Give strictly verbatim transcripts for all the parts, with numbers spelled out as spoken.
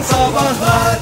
Sabahlar.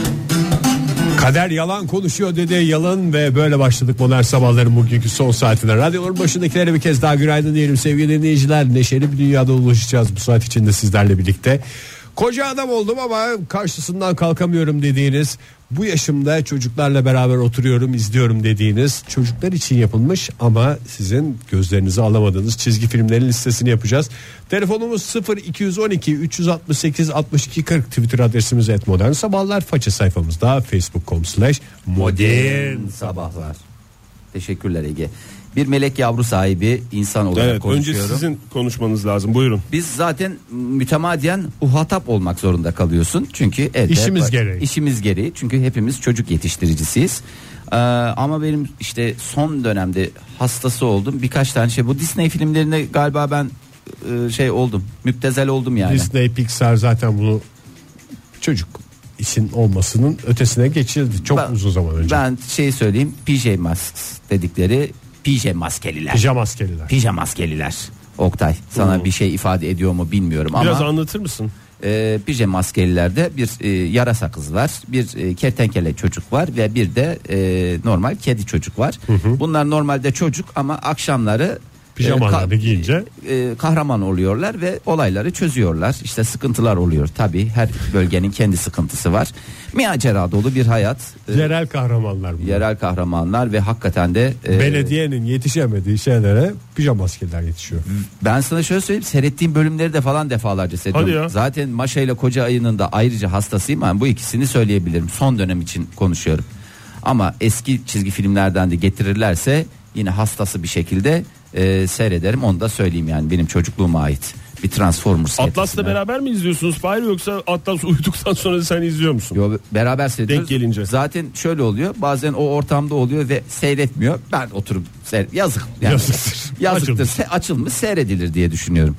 Kader yalan konuşuyor dedi, yalın ve böyle başladık modern sabahların bugünkü son saatine. Radyoların başındakilere bir kez daha günaydın diyelim sevgili dinleyiciler. Neşeli bir dünyada ulaşacağız bu saat içinde sizlerle birlikte. Koca adam oldum ama karşısından kalkamıyorum dediğiniz, bu yaşımda çocuklarla beraber oturuyorum izliyorum dediğiniz, çocuklar için yapılmış ama sizin gözlerinizi alamadığınız çizgi filmlerin listesini yapacağız. Telefonumuz sıfır iki on iki üç altı sekiz altmış iki kırk, Twitter adresimiz et modern sabahlar, faça sayfamızda facebook nokta com slash modern sabahlar. Teşekkürler Ege. Bir melek yavru sahibi insan olarak evet, konuşuyorum. Önce sizin konuşmanız lazım, buyurun. Biz zaten mütemadiyen uhatap olmak zorunda kalıyorsun. Çünkü evde İşimiz bak, gereği. İşimiz gereği. Çünkü hepimiz çocuk yetiştiricisiyiz. Ee, ama benim işte son dönemde hastası oldum. Birkaç tane şey, bu Disney filmlerine galiba ben e, şey oldum. Müptezel oldum yani. Disney, Pixar zaten bunu çocuk için olmasının ötesine geçildi çok ben, uzun zaman önce. Ben şey söyleyeyim, P J Masks dedikleri pijamaskeliler. Pijamaskeliler. Pijamaskeliler. Oktay, sana hmm. bir şey ifade ediyor mu bilmiyorum ama. Biraz anlatır mısın? E, pijamaskellilerde bir e, yarasa kız var, bir e, kertenkele çocuk var ve bir de e, normal kedi çocuk var. Hı hı. Bunlar normalde çocuk ama akşamları pijamalarını e, ka- giyince e, kahraman oluyorlar ve olayları çözüyorlar. İşte sıkıntılar oluyor tabii, her bölgenin kendi sıkıntısı var. Macera dolu bir hayat. Yerel kahramanlar bunlar. Yerel kahramanlar ve hakikaten de e, belediyenin yetişemediği şeylere pijamaskeliler yetişiyor. Ben sana şöyle söyleyeyim, seyrettiğim bölümleri de falan defalarca seyrediyorum. Zaten Maşa ile Koca Ayı'nın da ayrıca hastasıyım. Yani bu ikisini söyleyebilirim. Son dönem için konuşuyorum. Ama eski çizgi filmlerden de getirirlerse yine hastası bir şekilde e, seyrederim. Onu da söyleyeyim, yani benim çocukluğuma ait. Bir Transformers. Atlas'la beraber mi izliyorsunuz Fahir, yoksa Atlas uyuduktan sonra sen izliyor musun? Yo, beraber seyrediyoruz. Denk gelince. Zaten şöyle oluyor, bazen o ortamda oluyor ve seyretmiyor. Ben oturup seyret. Yazık. Yani. Yazıktır. Yazıktır. Açılmış. Se- açılmış seyredilir diye düşünüyorum.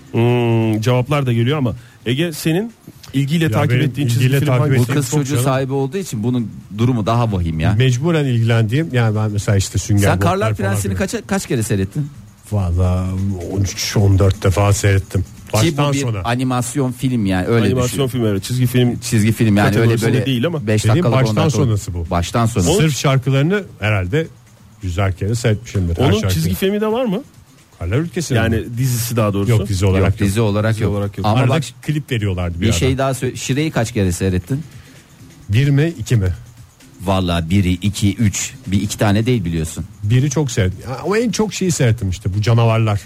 Hmm, cevaplar da geliyor ama Ege, senin ilgiyle Ya takip ettiğin çizgi film hangisi? Bu kız çocuğu canım. sahibi olduğu için bunun durumu daha vahim ya. Mecburen ilgilendiğim, yani ben mesela işte Sünger Sen Bob'lar Karlar falan Prensi'ni filan. kaç, kaç kere seyrettin? Valla on üç on dört defa seyrettim. Ki bu Baştan bir sona. animasyon film, yani öyle Animasyon düşün. film, evet, çizgi film. Çizgi film yani, öyle kategorisinde böyle değil ama. beş Dediğim dakikalık baştan on dakika. sonrası bu. Baştan sonra. Sırf şarkılarını herhalde yüzer kere seyretmişimdir. her Onun şarkıyı. çizgi filmi de var mı? Karlar Ülkesi Yani mi? dizisi daha doğrusu. Yok, dizi olarak Yok, yok. dizi olarak Dizi yok. olarak yok. Ama Arada bak, klip veriyorlardı bir, bir ara. şey daha söyle. Şire'yi kaç kere seyrettin? Bir mi iki mi? Vallahi biri, iki, üç. Bir iki tane değil biliyorsun. Biri çok seyrettim. Ama en çok şeyi seyrettim işte, bu canavarlar.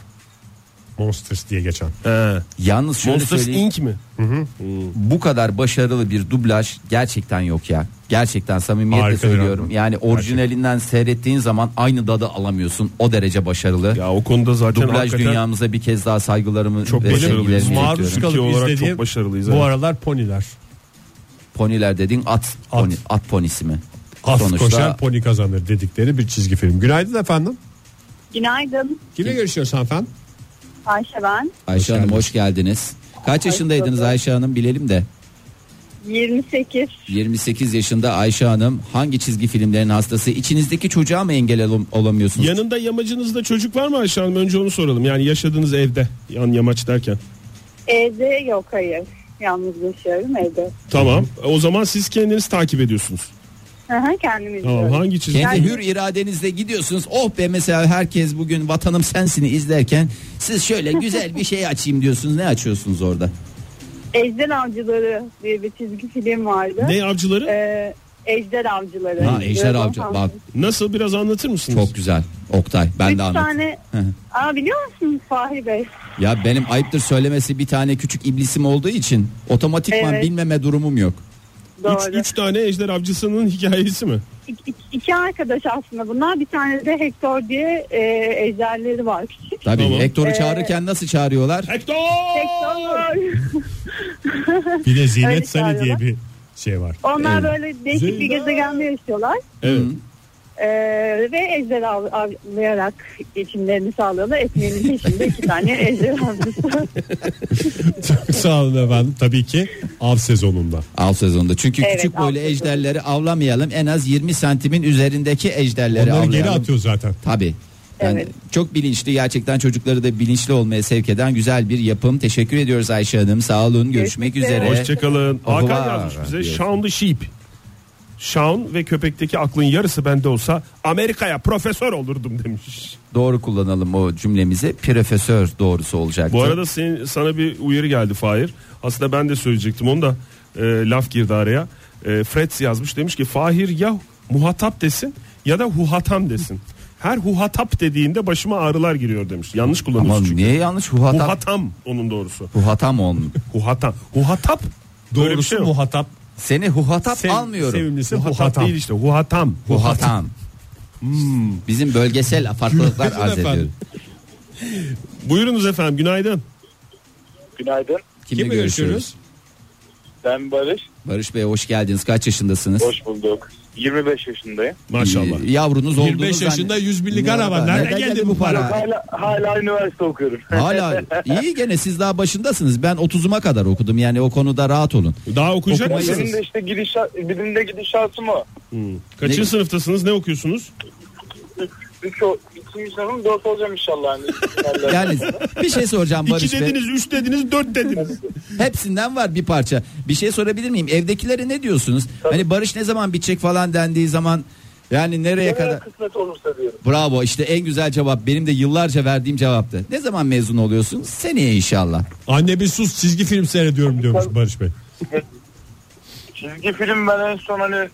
Monsters diye geçen. He. Yalnız şöyle Monsters söyleyeyim. Inc mi? Bu kadar başarılı bir dublaj gerçekten yok ya. Gerçekten samimiyetle Harikadır söylüyorum. abi. Yani orijinalinden seyrettiğin zaman aynı tadı alamıyorsun. O derece başarılı. Ya o konuda zaten Dublaj hakikaten dünyamıza bir kez daha saygılarımı Çok ve başarılıyız. sevgilerimi Maruz iletiyorum. Türkiye kalıp olarak izlediğim çok başarılıyız, bu evet. aralar poniler. Poniler dediğin at, At. Poni, at ponisi mi? Az Sonuçta koşan poni kazanır dedikleri bir çizgi film. Günaydın efendim. Günaydın. Kimle görüşüyoruz hanımefendi? Ayşe ben. Ayşe Hanım hoş geldiniz. Kaç yaşındaydınız bulduk. Ayşe Hanım, bilelim de. yirmi sekiz. yirmi sekiz yaşında Ayşe Hanım, hangi çizgi filmlerin hastası? İçinizdeki çocuğa mı engel ol- olamıyorsunuz? yanında yamacınızda çocuk var mı Ayşe Hanım? Önce onu soralım. Yani yaşadığınız evde, yan yamaç derken. Evde yok, hayır. Yalnız yaşıyorum evde. Tamam. O zaman siz kendiniz takip ediyorsunuz. Hı hı, kendim Tamam. izliyorum. Hangi çizgi? Kendi Yani- hür iradenizle gidiyorsunuz. Oh be, mesela herkes bugün Vatanım Sensin'i izlerken siz şöyle güzel bir şey açayım diyorsunuz. Ne açıyorsunuz orada? Ejder Avcıları diye bir çizgi film vardı. Ne avcıları? Ee, Ejder Avcıları. Ha, Ejder Böyle Avcı. falan. Bak, Nasıl, biraz anlatır mısınız? çok güzel. Oktay, ben Üç de anlatayım. tane. Hı hı. Aa, biliyor musunuz Fahri Bey? Ya benim ayıptır söylemesi, bir tane küçük iblisim olduğu için otomatikman Evet. bilmeme durumum yok. Doğru. Üç, üç tane ejder avcısının hikayesi mi? İki, iki, iki arkadaş aslında bunlar. Bir tane de Hector diye e, ejderleri var küçük. Tabii Tamam. Hector'u Ee, çağırırken nasıl çağırıyorlar? Hector! Hector. Bir de Öyle Zinet Sali diye çağırıyorlar. bir şey var. Onlar Evet. böyle değişik bir Zeyda. gezegende yaşıyorlar. Evet. Ee, ve ejder av, avlayarak geçimlerini sağlıyorlar. Ekmeğinin peşinde iki tane ejder avcısı. Çok sağ olun efendim. Tabii ki av sezonunda. Av sezonunda. Çünkü Evet, küçük av böyle sezonu. ejderleri avlamayalım. En az yirmi santimin üzerindeki ejderleri Onları avlayalım. geri atıyor zaten. Tabii. Yani Evet. çok bilinçli, gerçekten çocukları da bilinçli olmaya sevk eden güzel bir yapım. Teşekkür ediyoruz Ayşe Hanım. Sağ olun. Görüşmek Görüşmek üzere. üzere. Hoşçakalın. Au Hakan revoir yazmış bize. diyorsun. Shaun the Sheep. Shaun ve köpekteki aklın yarısı bende olsa Amerika'ya profesör olurdum demiş. Doğru kullanalım o cümlemizi. Profesör doğrusu olacaktı. Bu arada senin, sana bir uyarı geldi Fahir. Aslında ben de söyleyecektim onu da e, laf girdi araya. E, Fred yazmış, demiş ki Fahir ya muhatap desin ya da huhatam desin. Her huhatap dediğinde başıma ağrılar giriyor demiş. Yanlış kullanıyorsun Ama çünkü. niye yanlış? Huhatap. Huhatam onun doğrusu. Huhatam olmuş. Huhatam. Huhatap. Böyle bir Doğrusu şey yok. muhatap. Seni huhatap Sev- almıyorum. Sevimlisi Huhatap huhatam. değil işte. Huhatam. Huhatam. Bizim bölgesel farklılıklar Günaydın arz ediyor. efendim. Buyurunuz efendim, günaydın. Günaydın. Kimle Kimle görüşüyoruz? görüşüyoruz? Ben Barış. Barış Bey hoş geldiniz. Kaç yaşındasınız? Hoş bulduk. yirmi beş yaşındayım. Maşallah. Ee, yavrunuz olduğunu yirmi beş yaşında yüz binlik araba. Nereden geldi bu para? Hala, hala üniversite okuyorum. Hala iyi, gene siz daha başındasınız. Ben otuzuma kadar okudum, yani o konuda rahat olun. Daha okuyacak Okumayı- mısınız? Benim de işte gidişat, benim de gidişatım o. Kaçıncı Ne- sınıftasınız? Ne okuyorsunuz? Üç, o, ikinci sınıfım dört olacağım inşallah. Yani, Yani bir şey soracağım Barış İki Bey. dediniz, üç dediniz, dört dediniz. Hepsinden var bir parça. Bir şey sorabilir miyim? Evdekilere ne diyorsunuz? Hani Barış ne zaman bitecek falan dendiği zaman, yani nereye ne kadar? kısmet olursa diyorum. Bravo, işte en güzel cevap. Benim de yıllarca verdiğim cevaptı. Ne zaman mezun oluyorsun? Seneye inşallah. Anne bir sus, çizgi film seyrediyorum diyormuş Barış Bey. Çizgi film ben en son hani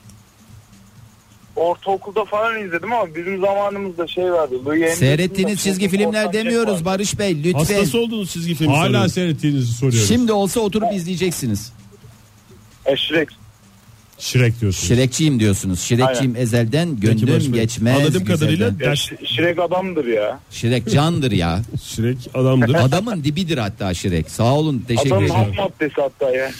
ortaokulda falan izledim ama bizim zamanımızda şey vardı. Louis Anderson'da Seyrettiğiniz çizgi Korsan filmler Jack demiyoruz vardı. Barış Bey, lütfen. Hastası oldunuz çizgi film. Hala sanırım. seyrettiğinizi soruyoruz. Şimdi olsa oturup izleyeceksiniz. E, Shrek. Shrek diyorsunuz. Şirekçiyim diyorsunuz. Şirekçiyim ezelden, Peki Barış gönlüm Bey, geçmez. anladığım kadarıyla güzelden. Ya, ders Ş- Shrek adamdır ya. Şirek candır ya. Shrek adamdır. Adamın dibidir hatta Şirek. Sağ olun, teşekkür Adamın ederim. ham maddesi hatta ya.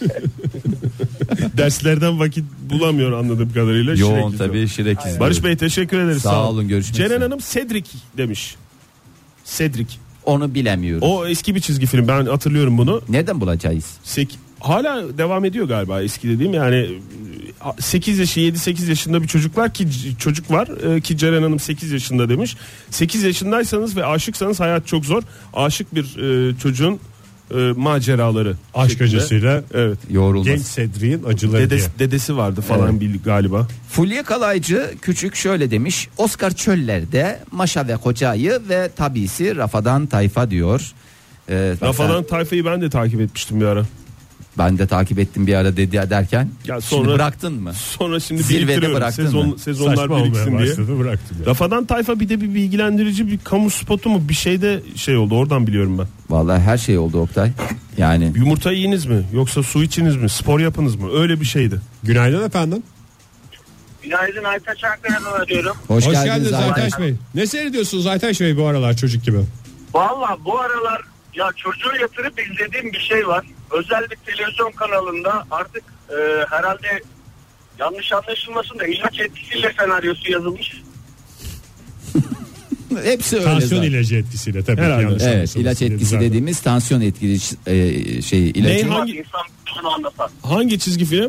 Derslerden vakit bulamıyor anladığım kadarıyla. Shrek Yoğun izliyor. tabii Şirek izliyor. Barış Bey teşekkür ederiz. Sağ olun, görüşmek Ceren üzere. Hanım Cedric demiş. Cedric. Onu bilemiyorum. O eski bir çizgi film, ben hatırlıyorum bunu. Nereden bulacağız? Sek hala devam ediyor galiba, eski dediğim yani sekiz yaşı yedi sekiz yaşında bir çocuk var ki çocuk var ki Ceren Hanım sekiz yaşında demiş. sekiz yaşındaysanız ve aşıksanız hayat çok zor. Aşık bir e, çocuğun e, maceraları. Aşk şeklinde. acısıyla Evet. Yoğrulmaz. genç Cedric'in acıları Dedesi, diye. dedesi vardı falan Evet. bil- galiba. Fulya Kalaycı küçük şöyle demiş. Oscar Çöller'de Maşa ve Kocayı ve tabisi Rafadan Tayfa diyor. Ee, Rafadan Tayfa'yı ben de takip etmiştim bir ara. Ben de takip ettim bir ara dedi derken. Ya Şimdi sonra- bıraktın mı? Sonra şimdi Zirvede biriktiriyorum. bıraktın Sezon, mı? sezonlar Saçma olmaya biriksin diye. başladı, bıraktım. ya. Rafadan Tayfa bir de bir bilgilendirici bir kamu spotu mu bir şeyde şey oldu, oradan biliyorum ben. Vallahi her şey oldu Oktay. Yani Yumurta yiyiniz mi yoksa su içiniz mi, spor yapınız mı, öyle bir şeydi. Günaydın efendim. Günaydın Aytaç Ankara'dan arıyorum. hoş, Hoş geldiniz, geldiniz Aytaç. Aytaç Bey. Ne seyrediyorsunuz Aytaç Bey bu aralar çocuk gibi? Valla bu aralar ya çocuğu yatırıp izlediğim bir şey var. Özellikle televizyon kanalında artık e, herhalde yanlış anlaşılmasın da ilaç etkisiyle senaryosu yazılmış. Hepsi öyle Tansiyon zaten. ilacı etkisiyle tabii. Herhalde. yanlış Evet, anlaşılmasın ilaç diye etkisi düzeldim. dediğimiz tansiyon etkili e, şey ilacı. Ne? Hangi- İnsan vücudunu anlatan. Hangi çizgi film?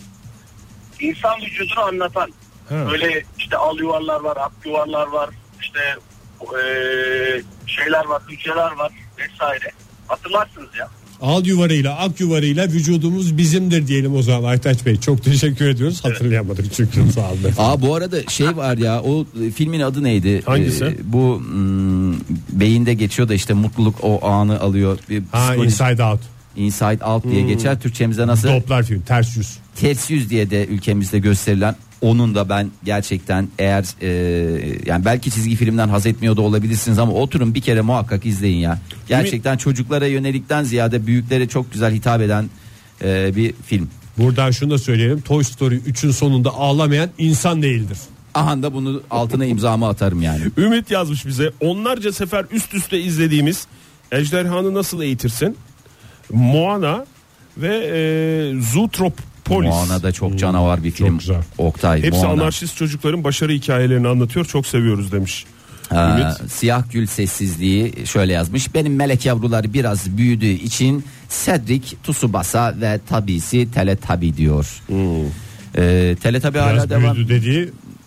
İnsan vücudunu anlatan. Ha. Böyle işte al yuvarlar var, ak yuvarlar var, işte e, şeyler var, hücreler var vesaire. Hatırlarsınız ya. Al yuvarıyla ak yuvarıyla vücudumuz bizimdir diyelim o zaman Aytaç Bey. Çok teşekkür ediyoruz. Hatırlayamadık çünkü sağ olun. Aa bu arada şey var ya, o e, filmin adı neydi? Hangisi? Ee, bu hmm, beyinde geçiyor da işte mutluluk o anı alıyor. Bir Ha, psikoloji- Inside Out. Inside Out diye geçer. Türkçemizde nasıl? Doppler film, ters yüz. Ters yüz diye de ülkemizde gösterilen, onun da ben gerçekten eğer e, yani belki çizgi filmden haz etmiyor da olabilirsiniz ama oturun bir kere muhakkak izleyin ya. Gerçekten çocuklara yönelikten ziyade büyüklere çok güzel hitap eden e, bir film. Buradan şunu da söyleyelim. Toy Story üçün sonunda ağlamayan insan değildir. Aha da bunu altına imzamı atarım yani. Ümit yazmış bize. Onlarca sefer üst üste izlediğimiz Ejderhanı Nasıl Eğitirsin, Moana ve e, Zootropolis. Moana da çok canavar bir film. güzel. Oktay, Hepsi Moana. anarşist çocukların başarı hikayelerini anlatıyor. Çok seviyoruz demiş. Ha, Ümit. Siyah Gül Sessizliği şöyle yazmış. Benim melek yavrular biraz büyüdüğü için Cedric, Tsubasa ve tabisi Teletabi diyor. Hmm. Ee, Teletabi hala Biraz devam. büyüdü dediği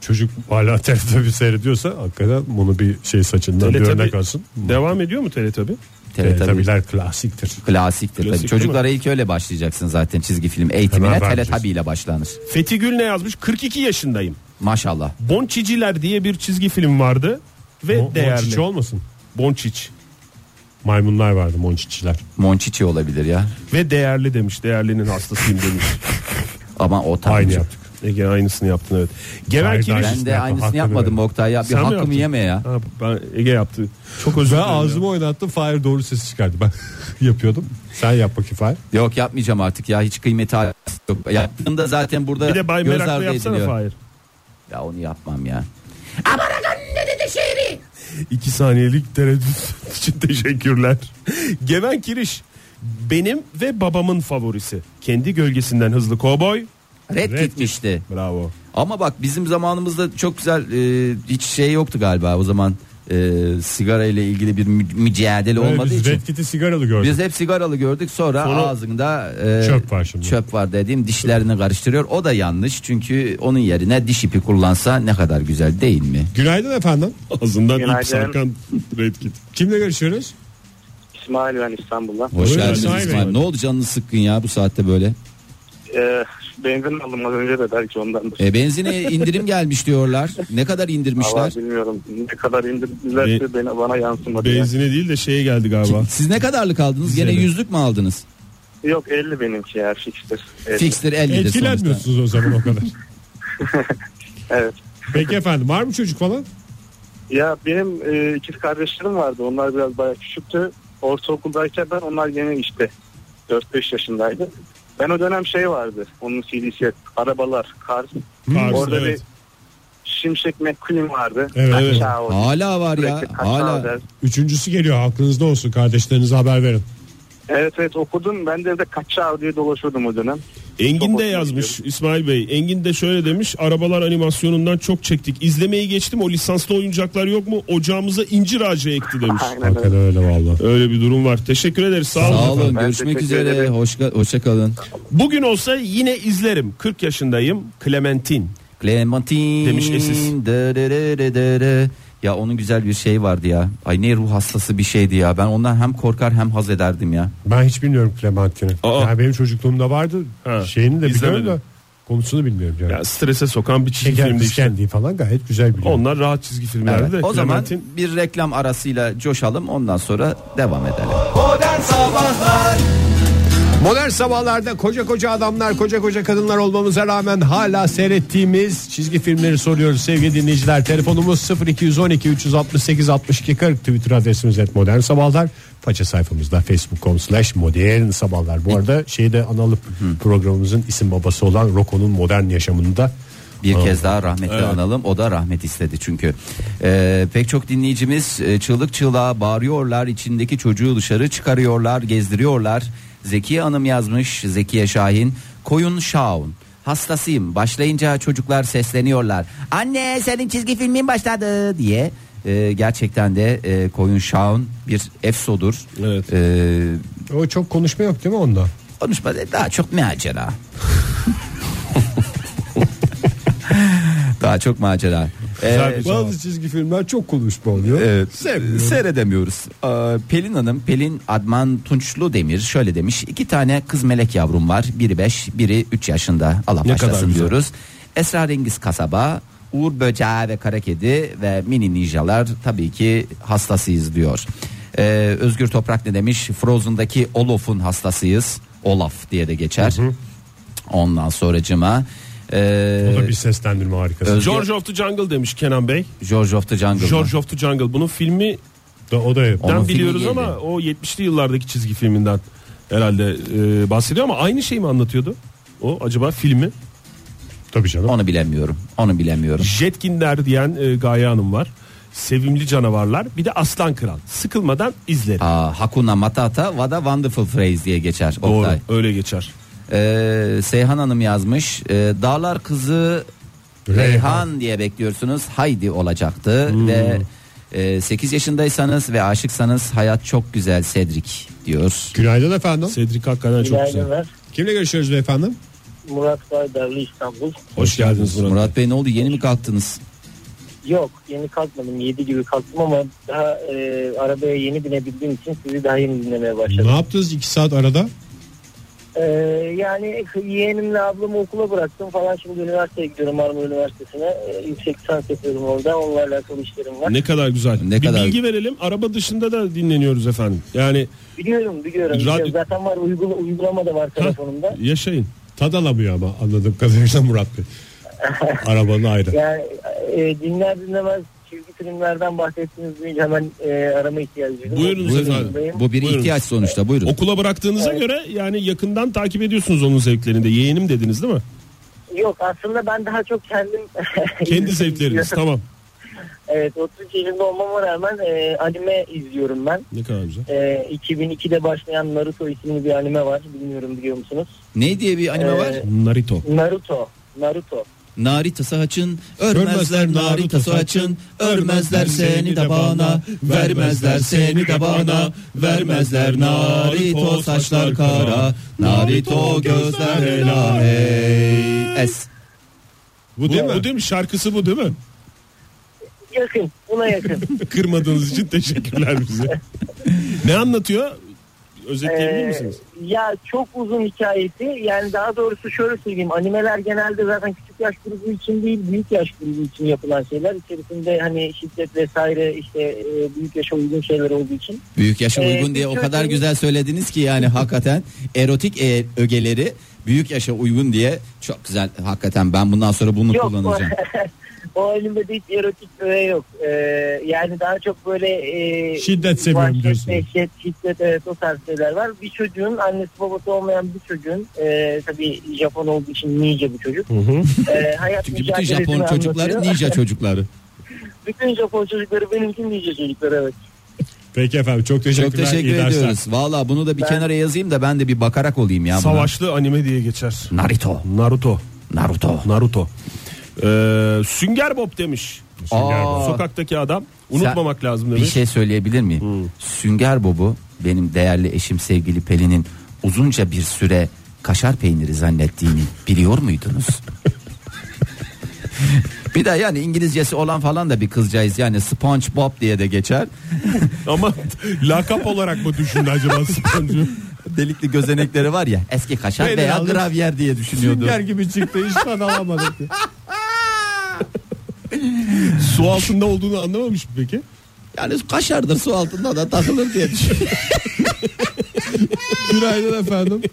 çocuk hala Teletubby seyrediyorsa hakikaten bunu bir şey saçından bir örnek alsın. Devam ediyor mu Teletubby? Teletubby'ler klasiktir. Klasiktir. Klasik, çocuklara ilk öyle başlayacaksın zaten çizgi film eğitimine Teletubby ile başlanır. Fethi Gül ne yazmış? kırk iki yaşındayım. Maşallah. Bonçiciler diye bir çizgi film vardı ve Mo- değerli. Monçiçi olmasın? Bonçiç. Maymunlar vardı, monçiçiler. Monçiçi olabilir ya. Ve değerli demiş. Değerlinin hastasıyım demiş. Ama o tam aynı yaptık. Ege aynısını yaptın evet. Geven Kiriş. Ben de aynısını yapmadım Oktay ya. Bir Sen hakkımı yeme ya. Ha, ben Ege yaptı. Çok özür dilerim. Ben ağzımı ya. oynattım. Fahir doğru ses çıkardı. Ben yapıyordum. Sen yap bakayım Fahir. Yok yapmayacağım artık ya. Hiç kıymeti yok. Yaptığımda zaten burada bir de Bay göz Meraklı ardı yapsana ediliyor. Fahir. Ya onu yapmam ya. Amaragan ne dedi şehri? İki saniyelik tereddüt için teşekkürler. Geven Kiriş. Benim ve babamın favorisi. Kendi gölgesinden hızlı kovboy. Red, Red gitmişti. Bravo. Ama bak bizim zamanımızda çok güzel e, hiç şey yoktu galiba o zaman e, sigara ile ilgili bir mü- mücadele Böyle olmadığı biz için. Red Kit'i sigaralı gördük. Biz hep sigaralı gördük sonra, sonra ağzında e, çöp var şimdi. Çöp var dediğim dişlerini karıştırıyor. O da yanlış çünkü onun yerine diş ipi kullansa ne kadar güzel değil mi? Günaydın efendim. Ağzından ip sarkan Red Kit. Kimle görüşüyoruz? İsmail ben İstanbul'dan. Hoş geldiniz İsmail. İsmail. Ne oldu canınız sıkkın ya bu saatte böyle? Ee, benzin aldım az önce de belki ondandır. E, benzine indirim gelmiş diyorlar. Ne kadar indirmişler? Allah bilmiyorum. Ne kadar indirdilerse bana, bana yansımadı. Benzine yani. Değil de şeye geldi galiba. Siz ne kadarlık aldınız? Gene yüzlük mü aldınız? Yok elli benimki ya fixtir. Fixtir ellidir etkilenmiyorsunuz o zaman o kadar. Evet. Peki efendim var mı çocuk falan? Ya benim e, ikiz kardeşlerim vardı. Onlar biraz bayağı küçüktü. Ortaokuldayken ben onlar yine işte dört beş yaşındaydı. Ben o dönem şey vardı. Onun C D'si arabalar, Cars. Cars Orada evet. bir Şimşek McQueen vardı. Evet, evet. Hala var ya. Hala. Der. Üçüncüsü geliyor aklınızda olsun kardeşlerinize haber verin. Evet evet okudum. Ben de evde Kaçağı diye dolaşıyordum o dönem. Engin de yazmış gidiyorum. İsmail Bey. Engin de şöyle demiş. Arabalar animasyonundan çok çektik. İzlemeyi geçtim. O lisanslı oyuncaklar yok mu? Ocağımıza incir ağacı ekti demiş. Aynen öyle. öyle vallahi. Öyle bir durum var. Teşekkür ederiz. Sağ olun. Sağ olun. Görüşmek üzere. Hoş, hoşça kalın. Bugün olsa yine izlerim. kırk yaşındayım. Clementine. Clementine demiş Esis. Ya onun güzel bir şey vardı ya. Ay ne ruh hastası bir şeydi ya. Ben ondan hem korkar hem haz ederdim ya. Ben hiç bilmiyorum Clementine'i. Yani benim çocukluğumda vardı. Ha, şeyini de İzlemedim. biliyorum da konusunu bilmiyorum. Yani. Ya strese sokan bir çizgi filmdi işte. Kendiği falan gayet güzel biliyorum. Onlar rahat çizgi filmlerdi evet. de. O Clementine... zaman bir reklam arasıyla coşalım ondan sonra devam edelim. Modern Sabahlar. Modern sabahlarda koca koca adamlar, koca koca kadınlar olmamıza rağmen hala seyrettiğimiz çizgi filmleri soruyoruz sevgili dinleyiciler. Telefonumuz sıfır iki on iki üç altı sekiz altmış iki kırk, Twitter adresimiz et modern sabahlar. Faça sayfamızda facebook nokta com slash modern sabahlar. Bu arada şeyi de analım, programımızın isim babası olan Rocco'nun modern yaşamında bir Aa, kez daha rahmetli evet. analım. O da rahmet istedi çünkü. Ee, pek çok dinleyicimiz çığlık çığlığa bağırıyorlar, içindeki çocuğu dışarı çıkarıyorlar, gezdiriyorlar. Zekiye Hanım yazmış, Zekiye Şahin. Koyun Şaun hastasıyım. Başlayınca çocuklar sesleniyorlar. Anne senin çizgi filmin başladı diye. Ee, gerçekten de e, Koyun Şaun bir efsodur. Evet. Ee, o çok konuşma yok değil mi onda? Konuşma daha çok macera. Daha çok macera. Ee, bazı çizgi filmler çok konuşma oluyor. Evet. Seyredemiyoruz. Ee, Pelin Hanım, Pelin Adman Tunçlu Demir şöyle demiş. İki tane kız melek yavrum var. Biri beş, biri üç yaşında. Allah ne başlasın diyoruz. Esrarengiz Kasaba, Uğur Böceği ve Kara Kedi ve Mini Ninjalar tabii ki hastasıyız diyor. Ee, Özgür Toprak ne demiş? Frozen'daki Olaf'un hastasıyız. Olaf diye de geçer. Hı hı. Ondan sonracıma Ee, o da bir seslendirme harikası. Özge... George of the Jungle demiş Kenan Bey. George of the Jungle. George of the Jungle. Bunun filmi da o da ben biliyoruz ama o yetmişli yıllardaki çizgi filminden herhalde e, bahsediyor ama aynı şeyi mi anlatıyordu? O acaba filmi? Tabii canım. Onu bilemiyorum. Onu bilemiyorum. Jetkinler diyen e, Gaye Hanım var. Sevimli canavarlar. Bir de Aslan Kral. Sıkılmadan izlerim. Aa, Hakuna Matata What a Wonderful Phrase diye geçer. Doğru. Oktay. Öyle geçer. Ee, Seyhan Hanım yazmış. Ee, Dağlar Kızı Reyhan. Reyhan diye bekliyorsunuz. Haydi olacaktı hmm. ve e, sekiz yaşındaysanız ve aşıksanız hayat çok güzel Cedric diyor. Günaydın efendim. Cedric hakikaten çok güzel. Kimle görüşüyoruz efendim? Murat Baydarlı, İstanbul. Hoş geldiniz Murat. Murat Bey ne oldu, yeni mi kalktınız? Yok, yeni kalkmadım, yedi gibi kalktım ama daha e, arabaya yeni binebildiğim için sizi daha yeni dinlemeye başladım. Ne yaptınız iki saat arada? Ee, yani yeğenimle ablamı okula bıraktım falan, şimdi üniversiteye gidiyorum, Marmara Üniversitesi'ne. Ee, yüksek lisans yapıyorum orada, onunla alakalı işlerim var. Ne kadar güzel. Ne bir kadar... bilgi verelim, araba dışında da dinleniyoruz efendim. Yani biliyorum biliyorum, Radyo... biliyorum. Zaten var, uygula, uygulama da var telefonumda. Ha, yaşayın. Tad alamıyor ama anladığım kadarıyla Murat Bey. Arabanın ayrı. Yani e, dinler dinlemez çizgi filmlerden bahsettiğiniz duyunca hemen e, arama ihtiyacı duydum. Buyurunuz efendim. Bu bir Buyurun. ihtiyaç sonuçta, buyurun. Okula bıraktığınıza evet. göre yani yakından takip ediyorsunuz onun zevklerini de. Yeğenim dediniz değil mi? Yok, aslında ben daha çok kendim kendi zevkleriniz, tamam. Evet, otuz üç yaşında olmama rağmen e, anime izliyorum ben. Ne kadar güzel. E, iki bin ikide başlayan Naruto isimli bir anime var. Bilmiyorum, biliyor musunuz? Ne diye bir anime Ee, var? Naruto. Naruto. Naruto. Naritası açın, örmezler naritası açın, örmezler seni de bana, vermezler seni de bana, vermezler narito saçlar kara, narito gözler elahe. Es. Bu, bu değil mi? Bu değil mi? Şarkısı bu değil mi? Yakın, buna yakın. Kırmadığınız için teşekkürler bize. Ne anlatıyor? Özetleyebilir Ee, misiniz? Ya çok uzun hikayesi. Yani daha doğrusu şöyle söyleyeyim. Animeler genelde zaten küçük yaş grubu için değil, büyük yaş grubu için yapılan şeyler. İçerisinde hani şiddet vesaire, işte e, büyük yaşa uygun şeyler olduğu için. Büyük yaşa uygun ee, diye o kadar güzel söylediniz ki yani hakikaten erotik e, ögeleri büyük yaşa uygun diye çok güzel, hakikaten ben bundan sonra bunu Yok, kullanacağım. O animede hiç erotik öğe yok. Ee, yani daha çok böyle e, şiddet seviyorum diyorsun. Şiddet, şiddet, evet, o tarz şeyler var. Bir çocuğun, annesi babası olmayan bir çocuğun, e, tabii Japon olduğu için ninja bir çocuk. Hı hı. E, hayat Çünkü bütün Japon çocukları anlatıyor. ninja çocukları. Bütün Japon çocukları benimki ninja çocukları, evet. Peki efendim, çok teşekkürler. Çok teşekkür İyi dersler. ediyoruz. Valla bunu da bir Ben- kenara yazayım da ben de bir bakarak olayım ya buna. Savaşlı anime diye geçer. Narito. Naruto. Naruto. Naruto. Ee, Sünger Bob demiş. Sünger Bob. Sokaktaki adam. Unutmamak Sen, lazım demiş. Bir şey söyleyebilir miyim? Hmm. Sünger Bob'u benim değerli eşim sevgili Pelin'in uzunca bir süre kaşar peyniri zannettiğini biliyor muydunuz? Bir de yani İngilizcesi olan falan da bir kızcağız, yani SpongeBob diye de geçer. Ama lakap olarak mı düşündü acaba SpongeBob? Delikli gözenekleri var ya, eski kaşar Peynir veya aldım. gravyer diye düşünüyordu. Sünger gibi çıktı, hiç tad alamadık. Su altında olduğunu anlamamış mı peki? Yani kaşardır, su altında da takılır diye düşünüyorum. Günaydın efendim.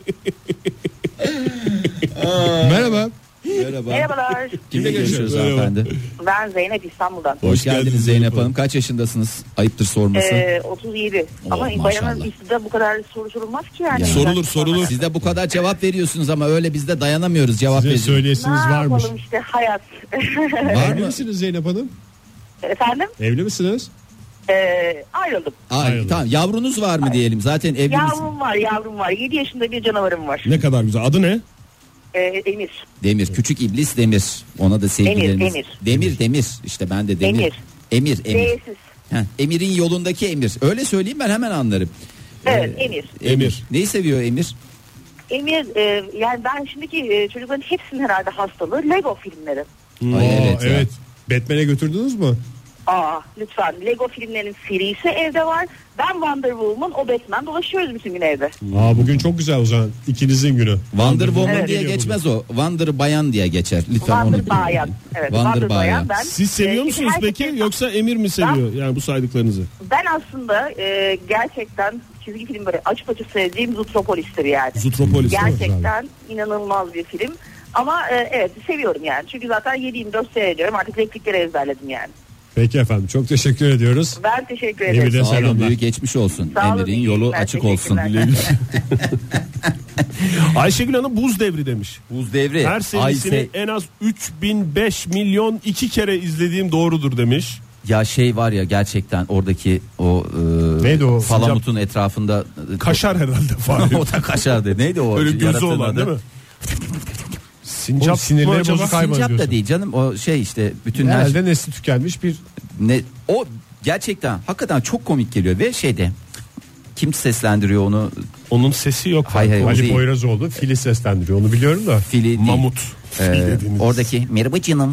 Merhaba. Merhaba. Merhabalar. Kimle görüşüyoruz Merhaba. hanımefendi? Ben Zeynep, İstanbul'dan. Hoş, Hoş geldiniz geldiniz Zeynep Zeynep Hanım. Kaç yaşındasınız? Ayıptır sorması. Ee, otuz yedi. Oh, Ama maşallah. bayanın üstünde bu kadar soru sorulmaz ki yani. Ya. Sorulur, sorulur. Siz de bu kadar cevap veriyorsunuz ama öyle biz de dayanamıyoruz cevap Size veriyoruz. Ne söyleyesiniz varmış. yapalım işte, hayat. Var Evli mı? misiniz Zeynep Hanım? Efendim? Evli misiniz? Ee, ayrıldım. Ay, Ayrılın. tamam, yavrunuz var mı diyelim, zaten evli misiniz? Yavrum var, yavrum var. yedi yaşında bir canavarım var. Ne kadar güzel. Adı ne? Ee, Emir. Demir, küçük iblis Demir. Ona da sevgilerimiz. Demir, Demir, Demir. İşte ben de Demir. Emir. Emir, Emir. D'siz. Heh, Emir'in yolundaki Emir. Öyle söyleyeyim, ben hemen anlarım. Evet, Ee, Emir. Emir. Neyi seviyor Emir? Emir, e, yani ben şimdiki e, çocukların hepsinin herhalde hastalığı Lego filmleri. Ay, Aa, evet ya. evet. Batman'e götürdünüz mü? Aa, lütfen, Lego filmlerinin serisi evde var. Ben Wonder Woman, o Batman, dolaşıyoruz bütün gün evde. Aa, bugün çok güzel o zaman. İkinizin günü. Wonder Woman Evet. diye geçmez o. Wonder Bayan diye geçer. Lütfen onu Wonder bilin. Bayan. Evet, Wonder Wonder Bayan. Bayan. Ben, Siz seviyor e, musunuz herkes- peki? Yoksa Emir mi seviyor? Yani bu saydıklarınızı. Ben aslında e, gerçekten çizgi film böyle açıp açıp sevdiğim Zootropolis'tir yani. Zootropolis. Gerçekten inanılmaz bir film. Ama e, evet, seviyorum yani. Çünkü zaten yedi yirmi dört seyrediyorum. Artık replikleri ezberledim yani. Peki efendim, çok teşekkür ediyoruz. Ben teşekkür Emir'e ederim. Sağ olun, selamlar. büyük geçmiş olsun. Sağ olun, Emir'in iyi yolu günler, açık olsun. teşekkürler. Ayşegül Hanım buz devri demiş. Buz devri. Her serisini Ayse- en az üç bin beş milyon iki kere izlediğim doğrudur demiş. Ya şey var ya, gerçekten oradaki o e, Neydi o? Palamut'un etrafında e, Kaşar herhalde falan. o da kaşardı. Neydi o? Öyle gözü yaratığın olan adı? değil mi? Sincap Sincap sinirleri mı acaba? bozuk hayvan Sincap da diyorsun. değil canım, o şey işte bütün her Herhalde nesli tükenmiş bir... ne o gerçekten hakikaten çok komik geliyor ve şeyde Kim seslendiriyor onu? Onun sesi yok. Hayır, hayır, Ali Poyrazoğlu Fil'i seslendiriyor, onu biliyorum da. Fili değil. Mamut. Ee, oradaki merhaba canım.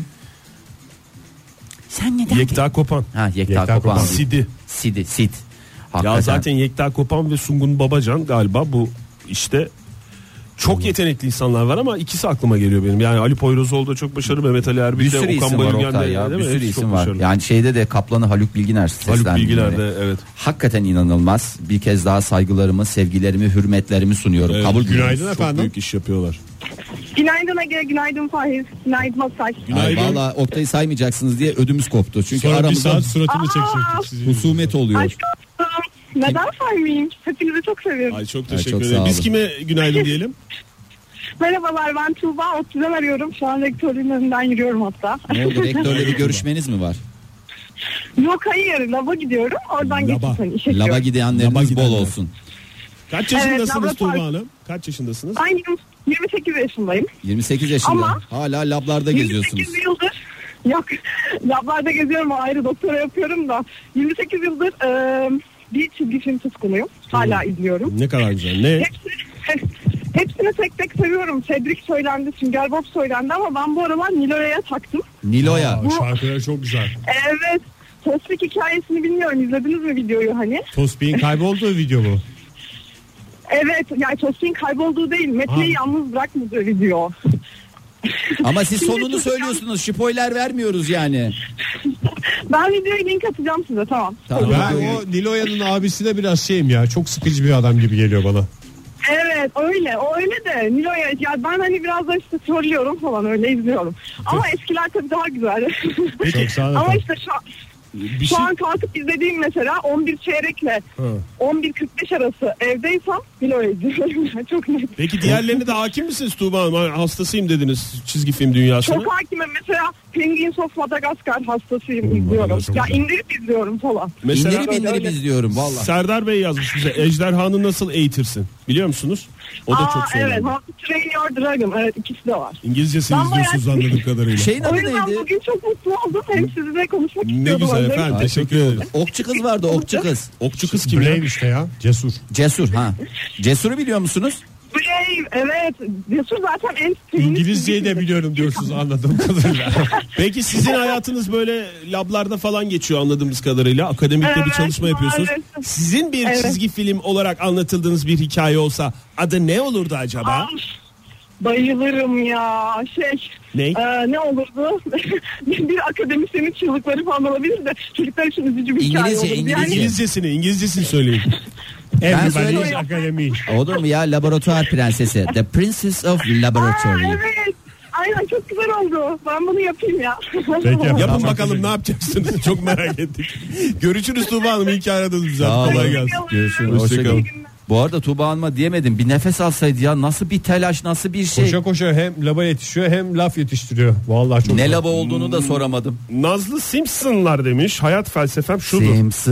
Sen neden? Yekta Kopan. Ha, Yekta, Yekta Kopan. Kopan. Sidi. Sidi, Sid. Hakikaten. Ya zaten Yekta Kopan ve Sungun Babacan galiba bu işte çok yetenekli insanlar var ama ikisi aklıma geliyor benim. Yani Ali Poyrazoğlu da çok başarılı, Mehmet Ali Erbil bir de, sürü Okan isim var Bayülgen Oktay de, ya. Bir mi? sürü Hepsi isim çok var. başarılı. Yani şeyde de Kaplan'ı Haluk Bilginer seslendiriyor. Haluk Bilginer de, evet. Hakikaten inanılmaz. Bir kez daha saygılarımı, sevgilerimi, hürmetlerimi sunuyorum. Evet, Kabul günaydın ediyorum. efendim. Çok büyük iş yapıyorlar. Günaydın Ege, günaydın Fahir, günaydın Masaj. Ay, valla Oktay'ı saymayacaksınız diye ödümüz koptu. Çünkü Sonra bir aramızda saat suratını çekecektik sizin. husumet oluyor. Aşkım, neden saymayayım? Hepinizi çok seviyorum. Ay çok Ay, teşekkür çok sağ ederim. Biz olun. kime günaydın diyelim? Merhabalar, ben Tuğba, ODTÜ'den arıyorum. Şu an rektörlüğün önünden yürüyorum hatta. Ne oldu, rektörle bir görüşmeniz mi var? Yok hayır, laba gidiyorum. Oradan Laba. geçip hani işe gidiyorum. Laba gidenleriniz Laba bol gidenler. olsun. Kaç yaşındasınız laboratuvar- Tuğba Hanım? Kaç yaşındasınız? Ben yirmi sekiz yaşındayım. yirmi sekiz yaşında. Ama- Hala lablarda geziyorsunuz. yirmi sekiz yıldır, yok lablarda geziyorum, ayrı doktora yapıyorum da. yirmi sekiz yıldır e, bir çizgi film tutkunuyum. Hala izliyorum. Ne kadar güzel. Ne? Hepsini, hepsini tek tek seviyorum. Cedric söylendi, Sünger Bob söylendi ama ben bu aralar Nilo'ya taktım. Nilo'ya. Aa, şarkıları çok güzel. Evet. Tosbik hikayesini bilmiyorum. İzlediniz mi videoyu hani? Tosbik'in kaybolduğu video bu. Evet. Yani Tosbik'in kaybolduğu değil. Metne'yi yalnız bırakmadığı video. Ama siz Şimdi sonunu çok- söylüyorsunuz. Spoiler vermiyoruz yani. Ben videoyu link atacağım size, tamam. Tamam. Ben o Niloya'nın abisi de biraz şeyim ya. Çok sıkıcı bir adam gibi geliyor bana. Evet öyle. O öyle de Nilo'ya ya ben hani biraz da işte trollüyorum falan, öyle izliyorum. Ama eskiler tabii daha güzel. Çok sağ olun. Ama işte şu an, Bir şu şey... an kalkıp izlediğim mesela on bir çeyrekle Ha. on bir kırk beş arası evdeysem Nilo'ya izliyorum. Çok net. Peki diğerlerine de hakim misiniz Tuğba Hanım? Hani hastasıyım dediniz çizgi film dünyasına. Çok hakimim. Mesela Penguins of Madagascar hastasıyım, izliyorum. çok Ya güzel. indirip izliyorum falan. Mesela İndirip indirip öyle. izliyorum valla. Serdar Bey yazmış bize. Ejderhanı nasıl eğitirsin? Biliyor musunuz? O da Aa, çok evet. söyleniyor. How to Train Your Dragon. Evet, ikisi de var. İngilizcesini Ben bayağı- izliyorsunuz anladığım kadarıyla. Şeyin O adı yüzden neydi? bugün çok mutlu oldum. Hem sizinle konuşmak Ne istiyordum. güzel önce. efendim. Ay, Teşekkür ederiz. Okçu kız vardı, okçu kız. Okçu kız kim? Brave işte ya. Cesur. Cesur ha. Cesur'u biliyor musunuz? Brave, evet. Cesur zaten en feminist İngilizceyi de çizgi biliyorum diyorsunuz anladığım kadarıyla. Peki sizin hayatınız böyle lablarda falan geçiyor anladığımız kadarıyla. Akademikte bir Evet, çalışma yapıyorsunuz. maalesef. Sizin bir Evet. çizgi film olarak anlatıldığınız bir hikaye olsa adı ne olurdu acaba? Aa, bayılırım ya. Şey, Ne? e, ne olurdu? Bir akademisyenin çığlıkları falan olabilir de çocuklar için üzücü bir hikaye İngilizce, olurdu. İngilizce. İngilizcesini, İngilizcesini söyleyin. Everybody's söyleyeyim. Academy. Olur mu ya, laboratuvar prensesi. The Princess of Aa, Laboratory. evet. Aynen, çok güzel oldu. Ben bunu yapayım ya. Peki. Yapın Tamam, bakalım teşekkür ne yapacaksınız? Çok merak ettik. Görüşürüz Tuğba Hanım. İyi ki aradınız bize. Sağ olun. Kolay gelsin. Görüşürüz. Hoşçakalın. Hoşçakalın. Bu arada Tuğba Hanım'a diyemedim. Bir nefes alsaydı ya, nasıl bir telaş, nasıl bir şey. Koşa koşa hem laba yetişiyor hem laf yetiştiriyor. Vallahi çok Ne zor. laba olduğunu da soramadım. Nazlı Simpsonlar demiş. Hayat felsefem şudur.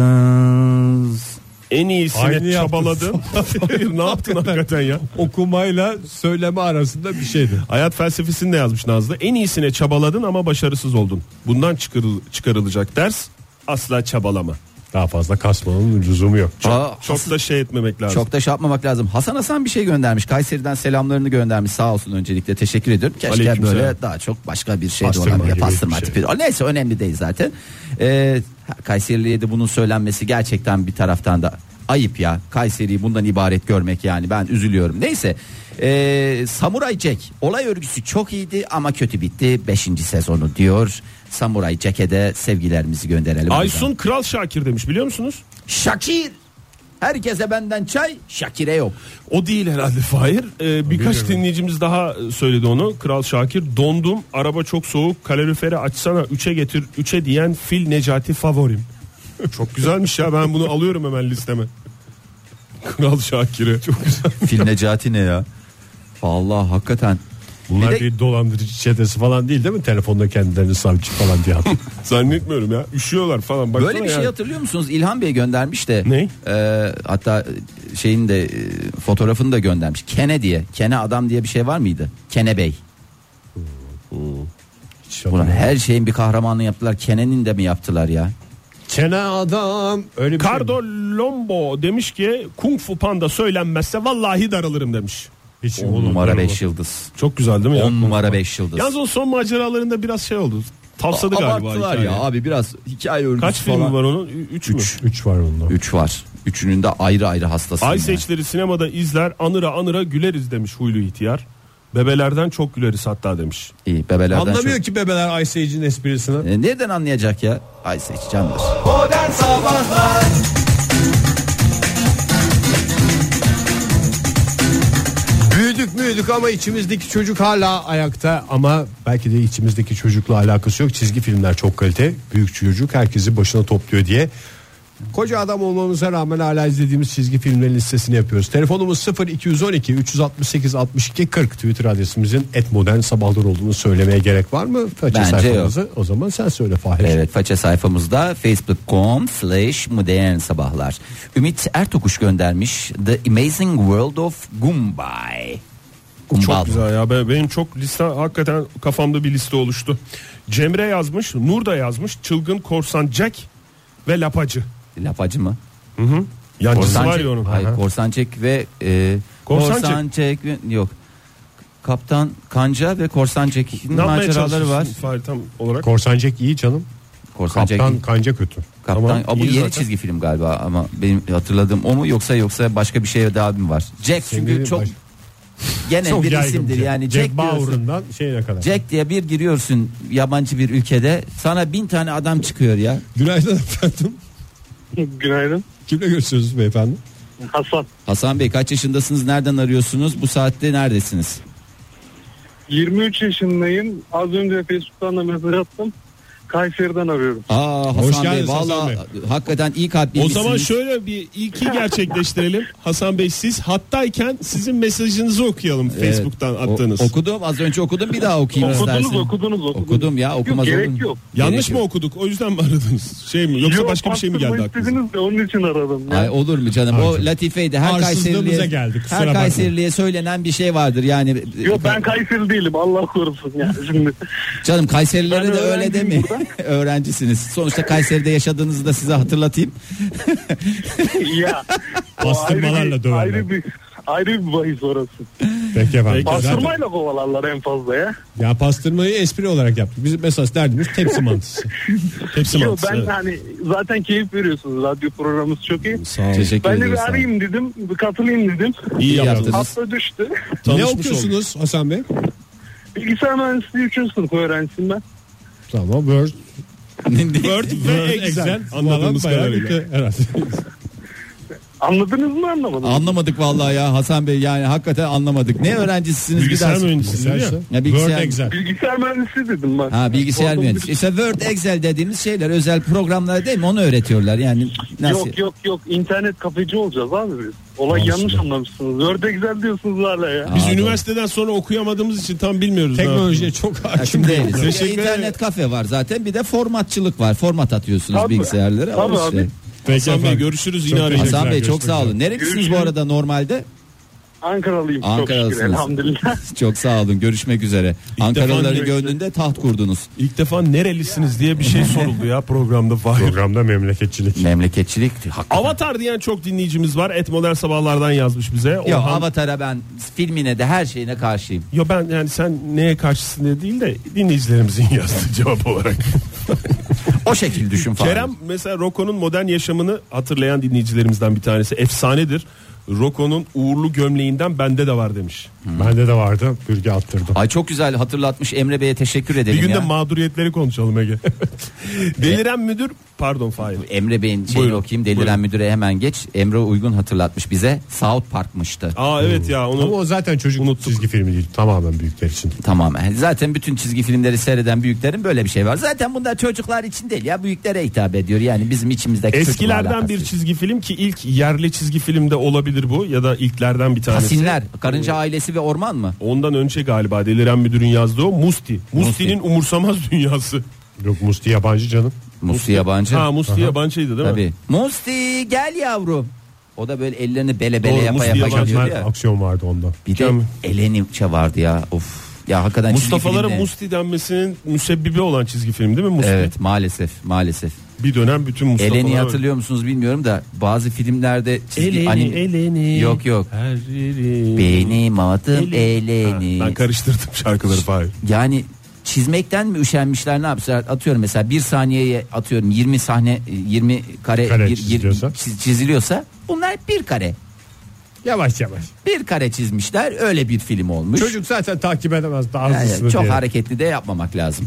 Simpsons. En iyisine Aynı yaptın. çabaladım. Hayır, ne yaptın hakikaten ya? Okumayla söyleme arasında bir şeydi. Hayat felsefesini de yazmış Nazlı. En iyisine çabaladın ama başarısız oldun. Bundan çıkarıl çıkarılacak ders asla çabalama. Daha fazla kasmanın lüzumu yok. Çok, Aa, çok da şey etmemek lazım. Çok da şey yapmamak lazım. Hasan Hasan bir şey göndermiş. Kayseri'den selamlarını göndermiş. Sağ olsun, öncelikle teşekkür ediyorum. Keşke Aleykümselam. böyle daha çok başka bir şey de Pastırma olabilir. gibi Pastırma bir şey. tipi. Neyse, önemli değil zaten. Ee, Kayseri'ye de bunun söylenmesi gerçekten bir taraftan da ayıp ya. Kayseri'yi bundan ibaret görmek, yani ben üzülüyorum. Neyse. Ee, Samuray Jack. Olay örgüsü çok iyiydi ama kötü bitti. Beşinci sezonu diyor. Samuray Jack'e de sevgilerimizi gönderelim. Aysun Kral Şakir demiş, biliyor musunuz? Şakir. Herkese benden çay, Şakir'e yok. O değil herhalde Fahir. Ee, birkaç Bilmiyorum. dinleyicimiz daha söyledi onu. Kral Şakir. Dondum, araba çok soğuk, kaloriferi açsana, üçe getir, üçe diyen Fil Necati favorim. Çok güzelmiş ya, ben bunu alıyorum hemen listeme. Kral Şakir'i. Çok güzel. Fil Necati ne ya? Allah, hakikaten. Bunlar Bir bir, de- dolandırıcı çetesi falan değil değil mi? Telefonda kendilerini savcı falan diye atıyor. Zannetmiyorum ya. Üşüyorlar falan. Baksana Böyle bir şey yani. hatırlıyor musunuz? İlhan Bey göndermiş de. Ne? E, hatta şeyin de e, fotoğrafını da göndermiş. Kene diye. Kene adam diye bir şey var mıydı? Kene Bey. Hiç Ulan her şeyin bir kahramanını yaptılar. Kene'nin de mi yaptılar ya? Çene adam. Öyle bir Cardo şey Lombo demiş ki Kung Fu Panda söylenmezse vallahi daralırım demiş. Hiç on numara beş yıldız. Çok güzel değil mi? on numara beş yıldız. Yalnız o son maceralarında biraz şey oldu. Tavsadı galiba. Abarttılar ya abi, biraz hikaye örgüsü Kaç falan. filmi var onun? üç mü? üç var onda. üç var. Üçünün de ayrı ayrı hastası. Ay seçleri sinemada izler, anıra anıra güleriz demiş Huylu İhtiyar. Bebelerden çok güleriz hatta demiş. İyi, bebelerden Anlamıyor çok... ki bebeler Ice Age'in esprisini. E, nereden anlayacak ya? Ay seç candır. Modern Sabahlar. Büyüdük büyüdük ama içimizdeki çocuk hala ayakta, ama belki de içimizdeki çocukla alakası yok. Çizgi filmler çok kalite. Büyük çocuk herkesi başına topluyor diye. Koca adam olmamıza rağmen hala izlediğimiz çizgi filmlerin listesini yapıyoruz. Telefonumuz sıfır iki on iki üç altı sekiz altmış iki kırk. Twitter adresimizin et modern sabahlar olduğunu söylemeye gerek var mı? Faça Bence sayfamızı yok. O zaman sen söyle Fahir. Evet, faça sayfamızda facebook nokta com slash modern sabahlar. Ümit Ertokuş göndermiş. The Amazing World of Gumball. Gumball. Çok güzel ya. Benim çok liste, hakikaten kafamda bir liste oluştu. Cemre yazmış, Nur da yazmış. Çılgın Korsan Jack ve Lapacı. Lapacı mı? Hı hı. Yancısı Korsan var Jack- ya onun. Hayır, Aha. Korsan Jack ve e, Korsan Korsan Jack ve- yok. Kaptan Kanca ve Korsan Jack'in Ne yapmaya maceraları var. çalışıyorsun Fahir tam olarak? Korsan Jack iyi canım. Korsan Kaptan Jack. Kanca kötü. Kaptan, Tamam, Aa, bu iyi yeni zaten. çizgi film galiba, ama benim hatırladığım o mu, yoksa yoksa başka bir şey daha mı var? Jack çünkü Senin çok baş- genel Çok bir yaygın isimdir bir şey. yani. Jack Jack diyorsun. Bauer'ından şeyine kadar. Jack diye bir giriyorsun yabancı bir ülkede, sana bin tane adam çıkıyor ya. Günaydın efendim. Günaydın. Kimle görüşüyorsunuz beyefendi? Hasan. Hasan Bey, kaç yaşındasınız, nereden arıyorsunuz, bu saatte neredesiniz? yirmi üç yaşındayım. Az önce Facebook'tan da mesaj attım. Kayseri'den arıyorum. Aa Hasan Hoş Bey, geldiniz Hasan valla hakikaten iyi O kalpliymişsiniz. zaman şöyle bir ilki gerçekleştirelim. Hasan Bey, siz hattayken sizin mesajınızı okuyalım. Evet, Facebook'tan o- attığınız. okudum az önce, okudum, bir daha okuyayım Okudunuz, istersen. okudunuz, okudunuz. Okudum ya, Yok, okumaz olur gerek mu? yok. Yanlış Gerek mı yok. okuduk? O yüzden mi aradınız? Şey mi? Yoksa Yok, başka bir şey mi geldi bastırma aklınıza? istediniz de onun için aradım. Ya. Ay olur mu canım, o latifeydi. Her Arsızlığımıza Kayseriliye, geldi, kusura her bakma. Kayseriliye söylenen bir şey vardır yani. Yok, ben Kayseri değilim, Allah korusun ya şimdi. Canım Kayserililere Ben de öyle öğrenciyim deme. burada. Öğrencisiniz. Sonuçta Kayseri'de yaşadığınızı da size hatırlatayım. Ya. o Bastırmalarla ayrı bir- döverler. Ayrı bir, ayrı bir bahis orası. Peki efendim. Peki. Zaten- Bastırmayla kovalarlar en fazla ya. Ya pastırmayı espri olarak yaptık. Bizim esas derdimiz tepsi mantısı. Hepsi Yok, mantısı. ben Evet. hani zaten keyif veriyorsunuz. Radyo programımız çok iyi. Sağ olun. Teşekkür Ben de ederim. bir sağ olun. arayayım dedim. Bir katılayım dedim. İyi İyi yaptınız. yaptınız. Hafta düştü. Ne Tanışmış okuyorsunuz Hasan Bey? Bilgisayar mühendisliği üçüncü sınıf öğrencisiyim ben. Tamam, Word. Word ve Excel. Excel. Anladığımız Bayağı kadarıyla. bitti herhalde. Anladınız mı, anlamadınız mı? Anlamadık vallahi ya Hasan Bey, yani hakikaten anlamadık. Ne öğrencisisiniz bir Bilgisayar daha? mühendisliği değil mi? Ya bilgisayar- Word, Excel. Bilgisayar mühendisliği dedim ben. Ha, bilgisayar Orada mühendisi. bir- İşte Word, Excel dediğimiz şeyler özel programlar değil mi? Onu öğretiyorlar yani. Nasıl? Yok yok yok, internet kafeci olacağız abi biz. Olay Olsun yanlış be. anlamışsınız. Word Excel diyorsunuz hala ya. Biz Aa, üniversiteden sonra okuyamadığımız için tam bilmiyoruz. Teknolojiye çok Ya hakim şimdi değiliz. değiliz. Teşekkür ederim. İnternet kafe var zaten, bir de formatçılık var. Format atıyorsunuz Tabii. bilgisayarlara. Tabii O işte. abi. Peki Hasan Bey, efendim. görüşürüz, Çok yine arayacağız. Hasan Bey, çok Görüşmek sağ olun. üzere. Nerelisiniz bu Görüşürüz. arada normalde? Ankaralıyım. Çok şükür, Ankaralısınız. elhamdülillah. Çok sağ olun. Görüşmek üzere. Ankaralıların defa- gönlünde taht kurdunuz. İlk defa nerelisiniz diye bir şey soruldu ya programda. Fahir. Programda memleketçilik. Memleketçilik. hakikaten. Avatar diyen çok dinleyicimiz var. Et Modern Sabahlardan yazmış bize. Yok, Orhan- Avatar'a ben filmine de her şeyine karşıyım. Yo, ben yani sen neye karşısın diye değil de dinleyicilerimizin yazdığı cevap olarak. O şekil düşün falan. Kerem mesela Rocco'nun modern yaşamını hatırlayan dinleyicilerimizden bir tanesi. Efsanedir. Rocco'nun uğurlu gömleğinden bende de var demiş. Bende de vardı. Bürge attırdım. Ay çok güzel hatırlatmış, Emre Bey'e teşekkür Bir edelim gün de ya. mağduriyetleri konuşalım Ege. Deliren müdür, pardon Fahir. Emre Bey'in şeyini Buyurun, okuyayım. Deliren buyurun. müdüre hemen geç. Emre Uygun hatırlatmış bize. South Park'mıştı. Aa evet ya, onu Ama o zaten çocuk çizgi filmi değil. Tamamen büyükler için. Tamamen. Zaten bütün çizgi filmleri seyreden büyüklerin böyle bir şey var. Zaten bunlar çocuklar için değil ya, büyüklere hitap ediyor. Yani bizim içimizdeki çocuklarla eskilerden alakası bir yok. çizgi film ki ilk yerli çizgi filmde olabilir bu ya da ilklerden bir tanesi. Hasinler, Karınca Ailesi ve Orman mı? Ondan önce galiba Deliren Müdür'ün yazdığı o Musti. Musti'nin umursamaz dünyası. Yok, Musti yabancı canım. Musti yabancı. Ha, Musti yabancıydı değil mi? Tabii. Musti gel yavrum. O da böyle ellerini bele bele Doğru, yapa Musti yapa yabancı. gidiyor Mükemmel ya. aksiyon vardı onda. Bir de Mükemmel. Eleniçe vardı ya. Of. Ya hakikaten Mustafa'lara Musti denmesinin müsebbibi olan çizgi film değil mi Musti? Evet, maalesef maalesef. Bir dönem bütün Mustafa'lar. Eleni hatırlıyor musunuz bilmiyorum da bazı filmlerde çizgi Eleni, anim... Eleni. Yok yok. Her Benim adım Eleni. Ha, ben karıştırdım şarkıları falan. Yani çizmekten mi üşenmişler, ne yapmışlar? Atıyorum mesela bir saniyeye atıyorum yirmi sahne yirmi kare, Kare bir- çiziliyorsa. çiz- çiziliyorsa bunlar bir kare. Yavaş yavaş. Bir kare çizmişler, öyle bir film olmuş. Çocuk zaten takip edemez daha Yani hızlısını çok diye. hareketli de yapmamak lazım.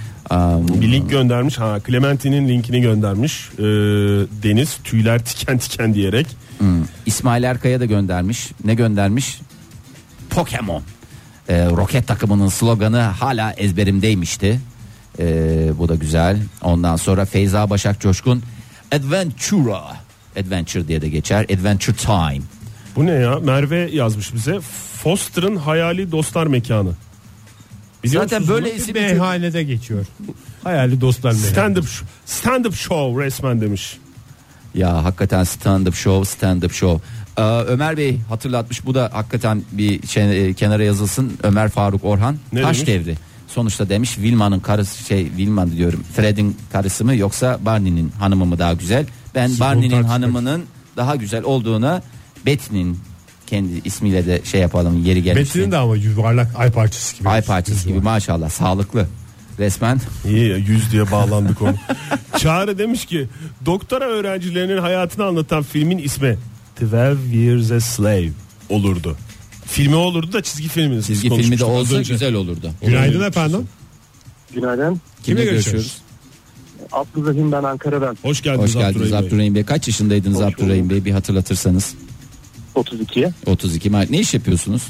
Um, Bir link göndermiş. Ha, Clementine'in linkini göndermiş. Ee, Deniz tüyler tiken tiken diyerek. hmm. İsmail Erkay'a da göndermiş. Ne göndermiş? Pokemon. Ee, roket takımının sloganı hala ezberimdeymişti. Ee, bu da güzel. Ondan sonra Feyza Başak Coşkun Adventura. Adventure diye de geçer. Adventure Time. Bu ne ya? Merve yazmış bize. Foster'ın hayali dostlar mekanı. Biliyor Zaten musunuz böyle bunu? isim Meyhanede geçiyor. Hayali dostlar meyhanede. Stand-up, stand-up show resmen demiş. Ya hakikaten stand-up show, stand-up show. Ee, Ömer Bey hatırlatmış, bu da hakikaten bir şey, kenara yazılsın. Ömer Faruk Orhan. Ne Taş demiş? devri. Sonuçta demiş Vilma'nın karısı, şey Vilma diyorum, Fred'in karısı mı yoksa Barney'nin hanımı mı daha güzel? Ben Siz Barney'nin bunu hanımının daha güzel olduğuna, Betty'nin kendi ismiyle de şey yapalım yeri gelmişti. Betty'nin de ama yuvarlak ay parçası gibi. Ay parçası gibi maşallah, sağlıklı. Resmen. İyi ya, yüz diye bağlandı konu. Çağrı demiş ki doktora öğrencilerinin hayatını anlatan filmin ismi Twelve Years a Slave olurdu. Filmi olurdu da çizgi filmi. Çizgi filmi de olsa güzel olurdu. Günaydın efendim. Günaydın. Kimle Kimle görüşüyoruz? Abdülrahim ben Ankara'dan. Hoş geldiniz, Hoş geldiniz Abdurrahim Bey. Abdurrahim Bey. Kaç yaşındaydınız Hoş Abdurrahim bulduk. Bey, bir hatırlatırsanız. otuz iki. otuz iki Mart. Ne iş yapıyorsunuz?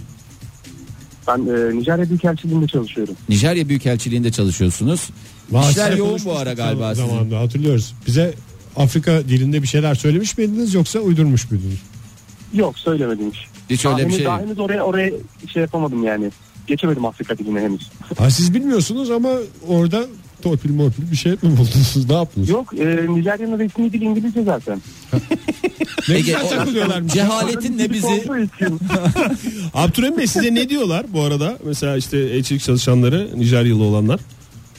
Ben e, Nijerya Büyükelçiliğinde çalışıyorum. Nijerya Büyükelçiliğinde çalışıyorsunuz. İşler Sizinle yoğun bu konuşmuştuk ara galiba sizin. zamanında, hatırlıyoruz. Bize Afrika dilinde bir şeyler söylemiş miydiniz yoksa uydurmuş muydunuz? Yok söylemedim hiç. Hiç Daha öyle bir henüz- şey Daha yok. henüz oraya, oraya şey yapamadım yani. Geçemedim Afrika diline henüz. Ha, siz bilmiyorsunuz ama orada torpil morpil bir şey mi buldunuz? Ne yaptınız? Yok e, Nijerya'nın resmi dili İngilizce zaten. Ne Ege, güzel o- takılıyorlarmış. Cehaletin ne bizi... Olduğu için. Abdurrahim Bey size ne diyorlar bu arada? Mesela işte elçilik çalışanları, Nijeryalı olanlar. Yok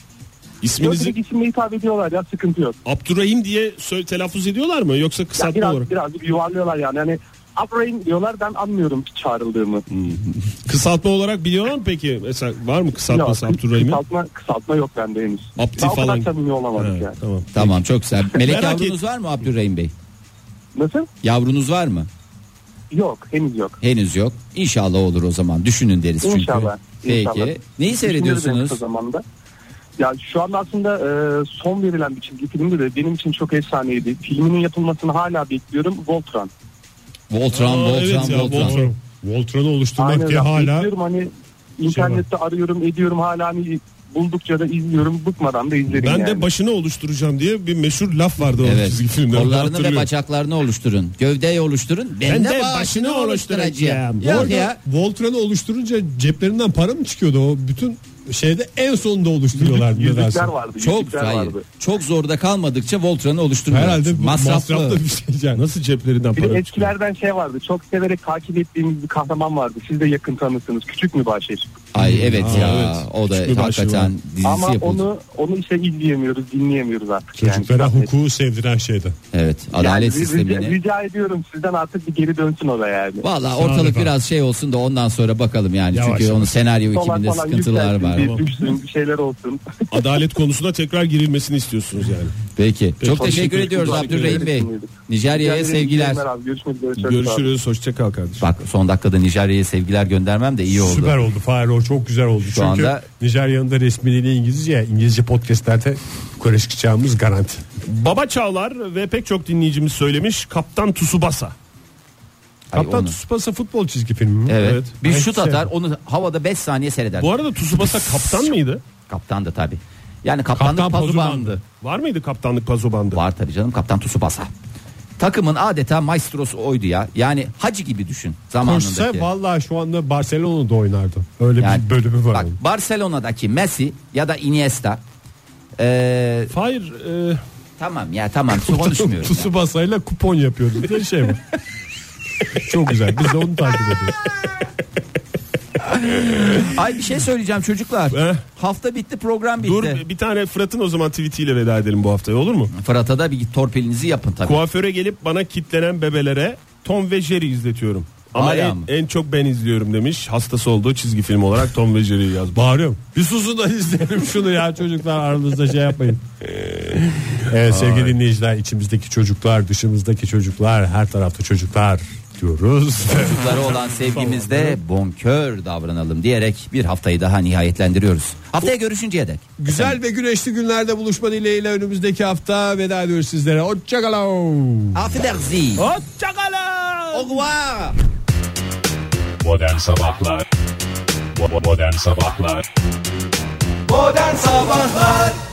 İsminizi direkt isimle hitap ediyorlar ya, sıkıntı yok. Abdurrahim diye sö- telaffuz ediyorlar mı? Yoksa Ya kısaltma biraz, olarak? birazcık yuvarlıyorlar yani. Hani Abraham diyorlar, ben anlıyorum çağrıldığımı. Kısaltma olarak biliyorlar mı peki? Mesela var mı kısaltması Yok, Abdurrahim'in? kısaltma, kısaltma yok bende henüz. Abdi Daha o kadar falan. samimi olamadık Ha, yani. tamam. Tamam, çok güzel. Melek Merak yavrunuz var mı Abdurrahim Bey? Nasıl? Yavrunuz var mı? Yok, henüz yok. Henüz yok. İnşallah olur o zaman. Düşünün deriz çünkü. İnşallah. Peki. İnşallah. Neyi Düşünüyoruz en seyrediyorsunuz? kısa zamanda. Ya şu anda aslında e, son verilen bir çizgi filmdi de benim için çok efsaneydi. Filminin yapılmasını hala bekliyorum. Voltron. Voltron, Aa, Voltron, evet ya, Voltron. Voltron. Voltron'u oluşturmak Aynen diye öyle. hala Bekliyorum hani internette arıyorum ediyorum hala hani buldukça da izliyorum, bıkmadan da izlerim Ben yani. de başını oluşturacağım diye bir meşhur laf vardı o Evet. çizgi filmde. Kollarını ve Hatırlıyorum. bacaklarını oluşturun. Gövdeyi oluşturun. Ben, Ben de, de başını, başını oluşturacağım. oluşturacağım. Yok Orada ya. Voltron'u oluşturunca ceplerinden para mı çıkıyordu? O bütün şeyde en sonunda oluşturuyorlar. Yüzükler vardı. Çok yüzükler hayır. vardı. Çok zorda kalmadıkça Voltron'u oluşturmuyor. Herhalde bu masraflı. masraflı bir şey. Yani. Nasıl ceplerinden Bir de para çıkıyor? eskilerden şey vardı. Çok severek takip ettiğimiz bir kahraman vardı. Siz de yakın tanırsınız. Küçük Mübaşir. Ay evet Aa, ya. evet. O da Küçük bir başı hakikaten var. dizisi Ama yapıldı. onu onu işte izleyemiyoruz, dinleyemiyoruz artık. Çocuklara yani. hukuku sevdiren şeydi. Evet. Yani Adalet rica- sistemini. Rica ediyorum sizden artık bir geri dönsün o da yani. Valla Sağ olun ortalık efendim. biraz şey olsun da ondan sonra bakalım yani. Yavaş Çünkü yavaş. onun senaryo Dolar ekibinde falan sıkıntılar yükselsin, var. bir düşsün, bir şeyler olsun. Adalet konusuna tekrar girilmesini istiyorsunuz yani. Peki. Çok Çok teşekkür teşekkür ediyoruz ederim. Abdurrahim Bey. Teşekkür ederim. Nijerya'ya sevgiler. Abi, görüşmek üzere. Çok sağ olun. Görüşürüz. Hoşça kal kardeşim. Bak son dakikada Nijerya'ya sevgiler göndermem de iyi oldu. Süper oldu Fahir, o çok güzel oldu. Çünkü anda- Nijerya'nın da resmi dili İngilizce ya, İngilizce podcastlerde konuşacağımız garanti. Baba Çağlar ve pek çok dinleyicimiz söylemiş Kaptan Tsubasa. Ay, Kaptan onu- Tsubasa futbol çizgi filmi mi? Evet. Evet. Bir Ben şut hiç atar, sevmem. onu havada beş saniye seyreder. Bu arada Tsubasa kaptan mıydı? Kaptan da tabii. Yani kaptanlık Kaptan pazu pazu bandı. Var mıydı kaptanlık pazo bandı? Var tabii canım, Kaptan Tsubasa. Takımın adeta maestrosu oydu ya. Yani hacı gibi düşün zamanındaki. Koşsa vallahi şu anda Barcelona'da oynardı. Öyle Yani bir bölümü var. Bak onun. Barcelona'daki Messi ya da Iniesta. Ee, Hayır. E, tamam ya tamam konuşmuyorum. ya. Tsubasa'yla kupon yapıyoruz diye şey var. Çok güzel. Biz de onu takip ediyoruz. Ay bir şey söyleyeceğim çocuklar. Eh. Hafta bitti, program bitti. Dur bir tane Fırat'ın o zaman tweetiyle veda edelim bu haftaya, olur mu? Fırat'a da bir torpilinizi yapın tabii. Kuaföre gelip bana kitlenen bebelere Tom ve Jerry izletiyorum. Ama en, en çok ben izliyorum demiş. Hastası olduğu çizgi film olarak Tom ve Jerry'yi yazmış. Bağırıyorum. Bir susun da izleyelim şunu ya çocuklar, aranızda şey yapmayın. Evet sevgili dinleyiciler, içimizdeki çocuklar, dışımızdaki çocuklar, her tarafta çocuklar diyoruz. Çocuklara olan sevgimizde bonkör davranalım diyerek bir haftayı daha nihayetlendiriyoruz. Haftaya görüşünceye dek. Güzel Efendim? Ve güneşli günlerde buluşma dileğiyle önümüzdeki hafta veda ediyoruz sizlere. Hoşçakalın. Affedersin. Hoşçakalın. Au revoir. Modern Sabahlar Modern Sabahlar Modern Sabahlar